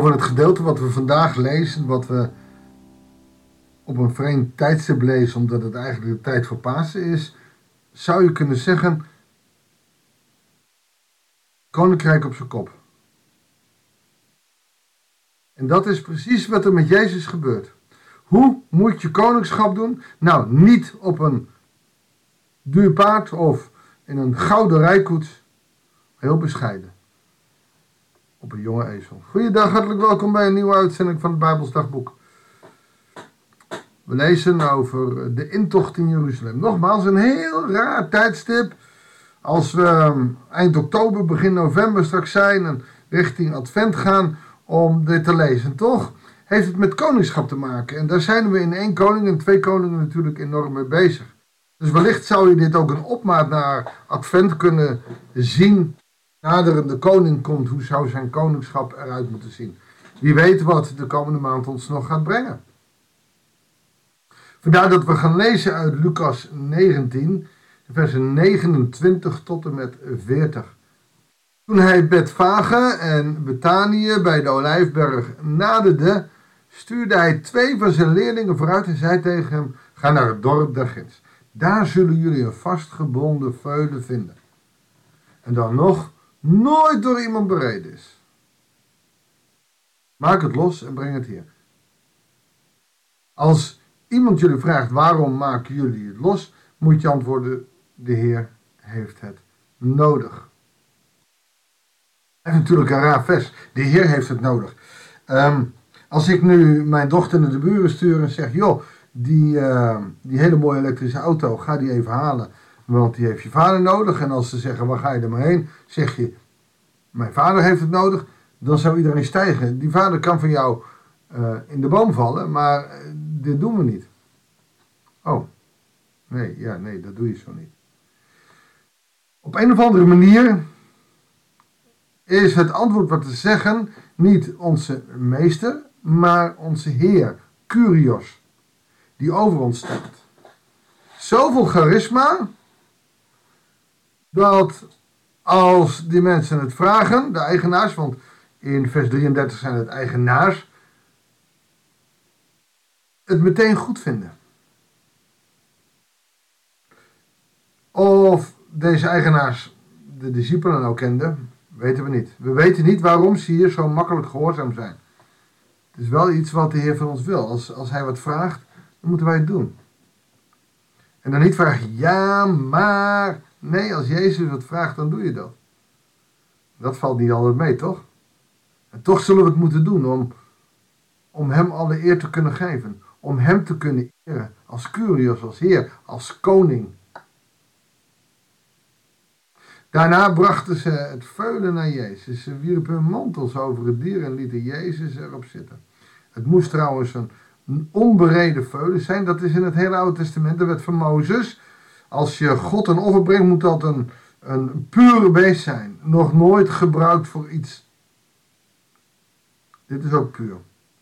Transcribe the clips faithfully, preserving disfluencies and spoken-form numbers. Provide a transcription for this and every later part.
over het gedeelte wat we vandaag lezen, wat we op een vreemd tijdstip lezen, omdat het eigenlijk de tijd voor Pasen is, zou je kunnen zeggen, koninkrijk op zijn kop. En dat is precies wat er met Jezus gebeurt. Hoe moet je koningschap doen? Nou, niet op een duur paard of in een gouden rijkoets. Heel bescheiden. Op een jonge ezel. Goeiedag, hartelijk welkom bij een nieuwe uitzending van het Bijbels Dagboek. We lezen over de intocht in Jeruzalem. Nogmaals, een heel raar tijdstip. Als we eind oktober, begin november straks zijn en richting Advent gaan om dit te lezen, toch? Heeft het met koningschap te maken. En daar zijn we in één koning en twee koningen natuurlijk enorm mee bezig. Dus wellicht zou je dit ook een opmaat naar Advent kunnen zien. Naderende koning komt, hoe zou zijn koningschap eruit moeten zien? Wie weet wat de komende maand ons nog gaat brengen. Vandaar dat we gaan lezen uit Lucas negentien, versen negenentwintig tot en met veertig. Toen hij Betfage en Betanië bij de Olijfberg naderde, stuurde hij twee van zijn leerlingen vooruit en zei tegen hem: ga naar het dorp daarginds. Daar zullen jullie een vastgebonden veulen vinden. En dan nog nooit door iemand bereden is. Maak het los en breng het hier. Als iemand jullie vraagt waarom maken jullie het los, moet je antwoorden: de Heer heeft het nodig. Dat is natuurlijk een raar vers. De Heer heeft het nodig. Um, als ik nu mijn dochter naar de buren stuur en zeg: joh, die, uh, die hele mooie elektrische auto, ga die even halen, want die heeft je vader nodig. En als ze zeggen: waar ga je er maar heen? Zeg je: mijn vader heeft het nodig. Dan zou iedereen stijgen. Die vader kan van jou uh, in de boom vallen, maar uh, dit doen we niet. Oh, nee, ja, nee, dat doe je zo niet. Op een of andere manier is het antwoord wat te zeggen niet onze meester, maar onze Heer, Kyrios, die over ons staat. Zoveel charisma, dat als die mensen het vragen, de eigenaars, want in vers drieëndertig zijn het eigenaars, het meteen goed vinden. Of deze eigenaars de discipelen nou kenden, weten we niet. We weten niet waarom ze hier zo makkelijk gehoorzaam zijn. Het is wel iets wat de Heer van ons wil. Als, als hij wat vraagt, dan moeten wij het doen. En dan niet vragen, ja, maar. Nee, als Jezus wat vraagt, dan doe je dat. Dat valt niet altijd mee, toch? En toch zullen we het moeten doen om, om hem alle eer te kunnen geven. Om hem te kunnen eren als Kyrios, als Heer, als koning. Daarna brachten ze het veulen naar Jezus. Ze wierpen hun mantels over het dier en lieten Jezus erop zitten. Het moest trouwens een, een onbereden veulen zijn. Dat is in het hele Oude Testament de wet van Mozes. Als je God een offer brengt, moet dat een, een pure beest zijn. Nog nooit gebruikt voor iets. Dit is ook puur.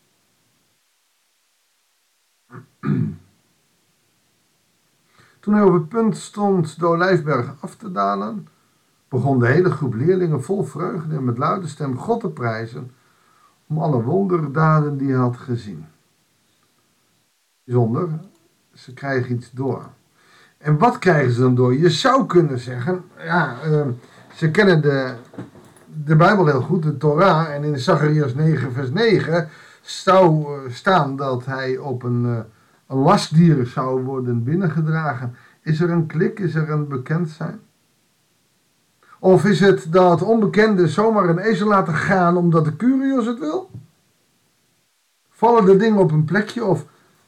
Toen hij op het punt stond de Olijfberg af te dalen, begon de hele groep leerlingen vol vreugde en met luide stem God te prijzen om alle wonderdaden die hij had gezien. Bijzonder, ze krijgen iets door. En wat krijgen ze dan door? Je zou kunnen zeggen, ja, uh, ze kennen de, de Bijbel heel goed, de Torah, en in Zacharias negen vers negen zou uh, staan dat hij op een, uh, een lastdier zou worden binnengedragen. Is er een klik? Is er een bekend zijn? Of is het dat onbekende zomaar een ezel laten gaan omdat de Kyrios het wil? Vallen de dingen op een plekje of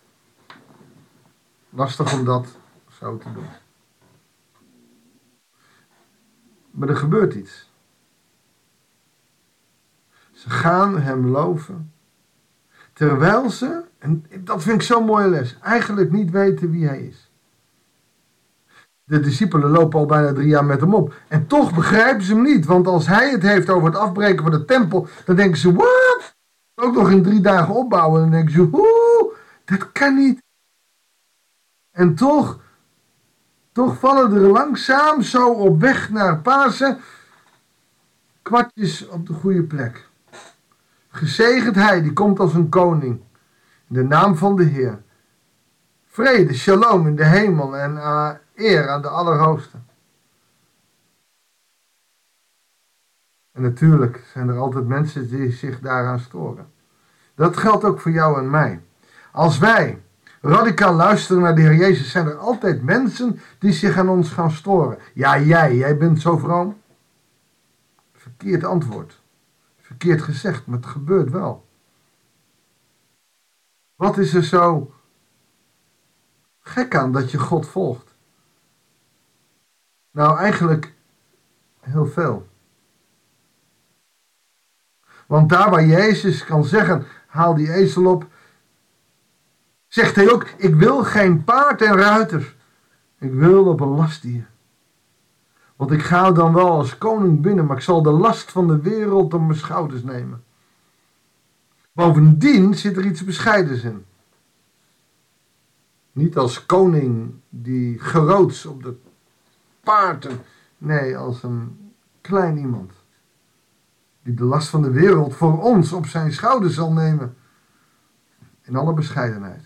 lastig om dat zo te doen? Maar er gebeurt iets. Ze gaan hem loven, terwijl ze, en dat vind ik zo'n mooie les, eigenlijk niet weten wie hij is. De discipelen lopen al bijna drie jaar met hem op. En toch begrijpen ze hem niet. Want als hij het heeft over het afbreken van de tempel, dan denken ze, wat? Ook nog in drie dagen opbouwen. Dan denken ze, oeh, dat kan niet. En toch, toch vallen er langzaam zo op weg naar Pasen kwartjes op de goede plek. Gezegend hij die komt als een koning. In de naam van de Heer. Vrede, shalom in de hemel en uh, eer aan de Allerhoogste. En natuurlijk zijn er altijd mensen die zich daaraan storen. Dat geldt ook voor jou en mij. Als wij radicaal luisteren naar de Heer Jezus, zijn er altijd mensen die zich aan ons gaan storen. Ja, jij, jij bent zo vroom. Verkeerd antwoord. Verkeerd gezegd, maar het gebeurt wel. Wat is er zo gek aan dat je God volgt? Nou, eigenlijk heel veel. Want daar waar Jezus kan zeggen, haal die ezel op, zegt hij ook, ik wil geen paard en ruiters. Ik wil op een lastdier. Want ik ga dan wel als koning binnen, maar ik zal de last van de wereld op mijn schouders nemen. Bovendien zit er iets bescheidens in. Niet als koning die geroods op de paarden. Nee, als een klein iemand. Die de last van de wereld voor ons op zijn schouders zal nemen. In alle bescheidenheid.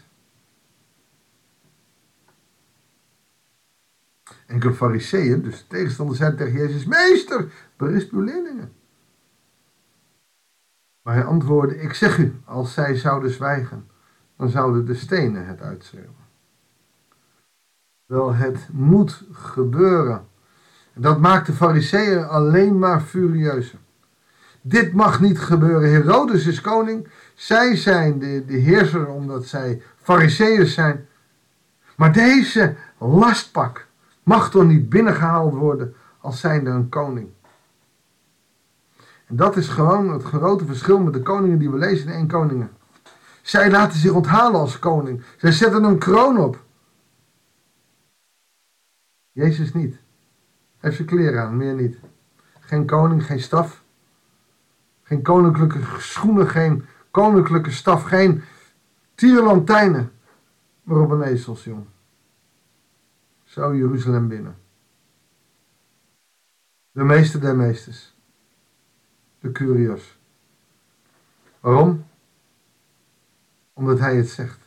Enkele fariseeën, dus tegenstanders, zeiden tegen Jezus, meester, berisp uw leerlingen. Maar hij antwoordde, ik zeg u, als zij zouden zwijgen, dan zouden de stenen het uitschreeuwen. Wel, het moet gebeuren. En dat maakt de fariseeën alleen maar furieuzer. Dit mag niet gebeuren. Herodes is koning. Zij zijn de, de heerser omdat zij fariseeën zijn. Maar deze lastpak mag toch niet binnengehaald worden als zijnde een koning. En dat is gewoon het grote verschil met de koningen die we lezen in één Koningen. Zij laten zich onthalen als koning. Zij zetten een kroon op. Jezus niet. Hij heeft zijn kleren aan, meer niet. Geen koning, geen staf. Geen koninklijke schoenen, geen koninklijke staf, geen tierlantijnen. Maar op een ezelsjong. Zo Jeruzalem binnen. De meester der meesters. De Curios. Waarom? Omdat hij het zegt.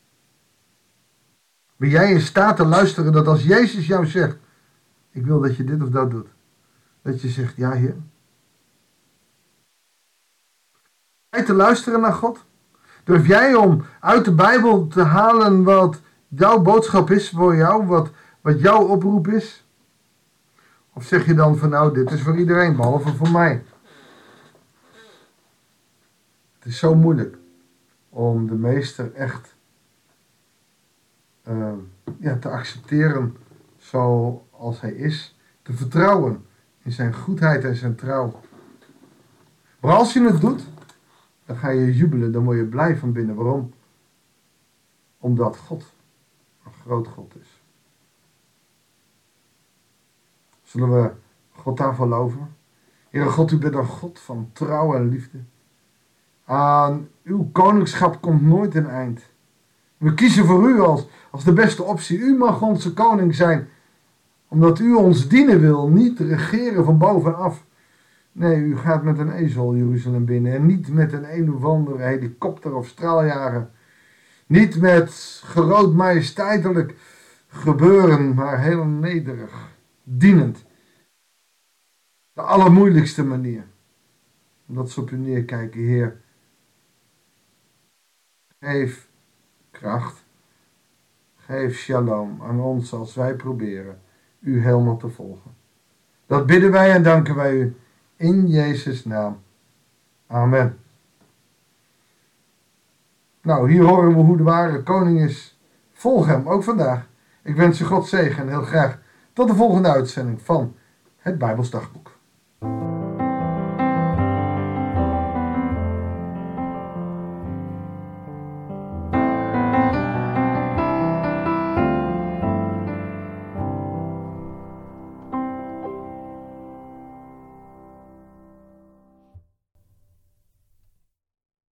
Ben jij in staat te luisteren dat als Jezus jou zegt, ik wil dat je dit of dat doet, dat je zegt, ja Heer. Durf jij te luisteren naar God? Durf jij om uit de Bijbel te halen wat jouw boodschap is voor jou, wat, wat jouw oproep is? Of zeg je dan van nou, dit is voor iedereen, behalve voor mij? Het is zo moeilijk om de meester echt uh, ja, te accepteren zoals hij is. Te vertrouwen in zijn goedheid en zijn trouw. Maar als je het doet, dan ga je jubelen, dan word je blij van binnen. Waarom? Omdat God een groot God is. Zullen we God daarvoor loven? Heere God, u bent een God van trouw en liefde. Aan uw koningschap komt nooit een eind. We kiezen voor u als, als de beste optie. U mag onze koning zijn, omdat u ons dienen wil, niet regeren van bovenaf. Nee, u gaat met een ezel Jeruzalem binnen en niet met een een of andere helikopter of straaljager. Niet met groot majesteitelijk gebeuren, maar heel nederig, dienend. De allermoeilijkste manier. Omdat ze op u neerkijken, Heer. Geef kracht, geef shalom aan ons als wij proberen u helemaal te volgen. Dat bidden wij en danken wij u in Jezus' naam. Amen. Nou, hier horen we hoe de ware koning is. Volg hem, ook vandaag. Ik wens je God zegen en heel graag tot de volgende uitzending van het Bijbels Dagboek.